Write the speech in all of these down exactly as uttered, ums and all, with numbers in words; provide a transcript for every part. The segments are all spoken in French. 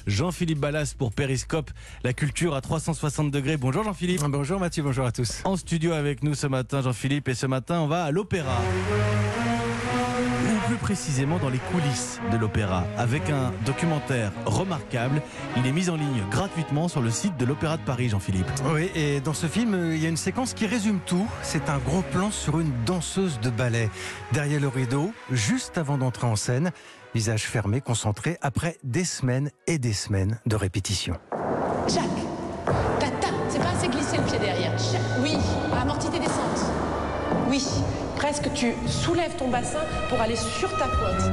Jean-Philippe Ballas pour Périscope, la culture à trois cent soixante degrés. Bonjour Jean-Philippe. Bonjour Mathieu, bonjour à tous. En studio avec nous ce matin Jean-Philippe, et ce matin on va à l'Opéra. Ou plus précisément dans les coulisses de l'Opéra, avec un documentaire remarquable. Il est mis en ligne gratuitement sur le site de l'Opéra de Paris, Jean-Philippe. Oui, et dans ce film, il y a une séquence qui résume tout. C'est un gros plan sur une danseuse de ballet. Derrière le rideau, juste avant d'entrer en scène, visage fermé, concentré, après des semaines et des semaines de répétition. Jacques, tata, c'est pas assez glissé le pied derrière. Jacques, oui, amorti tes descentes. Oui, presque tu soulèves ton bassin pour aller sur ta pointe.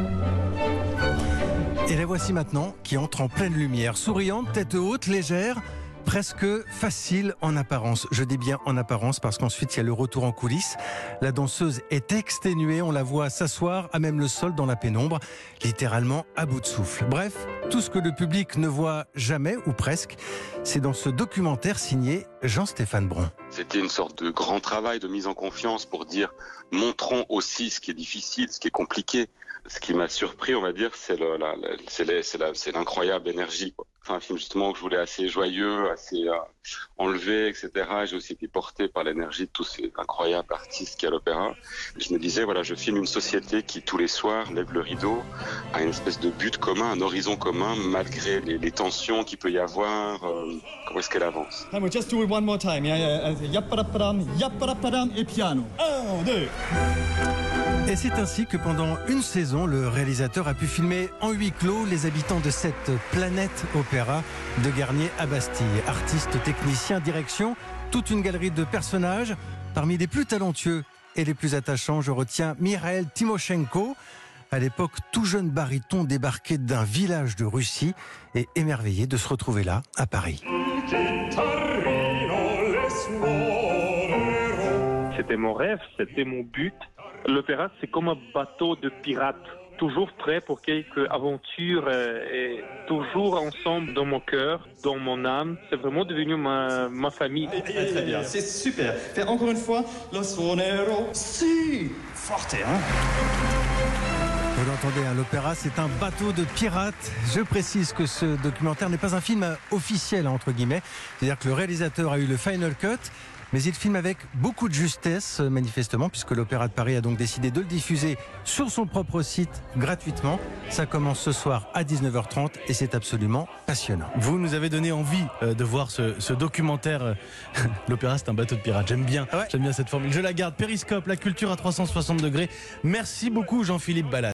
Et la voici maintenant qui entre en pleine lumière, souriante, tête haute, légère, presque facile en apparence. Je dis bien en apparence parce qu'ensuite il y a le retour en coulisses. La danseuse est exténuée, on la voit s'asseoir à même le sol dans la pénombre, littéralement à bout de souffle. Bref, tout ce que le public ne voit jamais ou presque, c'est dans ce documentaire signé Jean-Stéphane Bron. C'était une sorte de grand travail de mise en confiance pour dire, montrons aussi ce qui est difficile, ce qui est compliqué. Ce qui m'a surpris, on va dire, c'est le, la, la, c'est, les, c'est, la, c'est l'incroyable énergie, quoi. C'est un film justement que je voulais assez joyeux, assez euh, enlevé, et cetera. J'ai aussi été porté par l'énergie de tous ces incroyables artistes qui à l'opéra. Je me disais, voilà, je filme une société qui tous les soirs lève le rideau à une espèce de but commun, un horizon commun, malgré les, les tensions qu'il peut y avoir. Euh, comment est-ce qu'elle avance? I will just do it one more time. Yeah, yeah. Yaparapadam, yaparapadam et piano. Un, deux. Et c'est ainsi que pendant une saison, le réalisateur a pu filmer en huis clos les habitants de cette planète opéra de Garnier à Bastille. Artistes, techniciens, direction, toute une galerie de personnages. Parmi les plus talentueux et les plus attachants, je retiens Mikhail Timoshenko. À l'époque, tout jeune baryton débarqué d'un village de Russie et émerveillé de se retrouver là, à Paris. C'était mon rêve, c'était mon but. L'opéra, c'est comme un bateau de pirates, toujours prêt pour quelque aventure et toujours ensemble dans mon cœur, dans mon âme. C'est vraiment devenu ma, ma famille. Très bien, c'est super. Fais encore une fois, Lo suonerò. Si, forte, hein. Vous l'entendez, hein, l'opéra, c'est un bateau de pirates. Je précise que ce documentaire n'est pas un film officiel, entre guillemets. C'est-à-dire que le réalisateur a eu le final cut, mais il filme avec beaucoup de justesse, manifestement, puisque l'Opéra de Paris a donc décidé de le diffuser sur son propre site, gratuitement. Ça commence ce soir à dix-neuf heures trente et c'est absolument passionnant. Vous nous avez donné envie euh, de voir ce, ce documentaire. L'opéra, c'est un bateau de pirates. J'aime bien, ouais. J'aime bien cette formule. Je la garde. Périscope, la culture à trois cent soixante degrés. Merci beaucoup Jean-Philippe Ballas.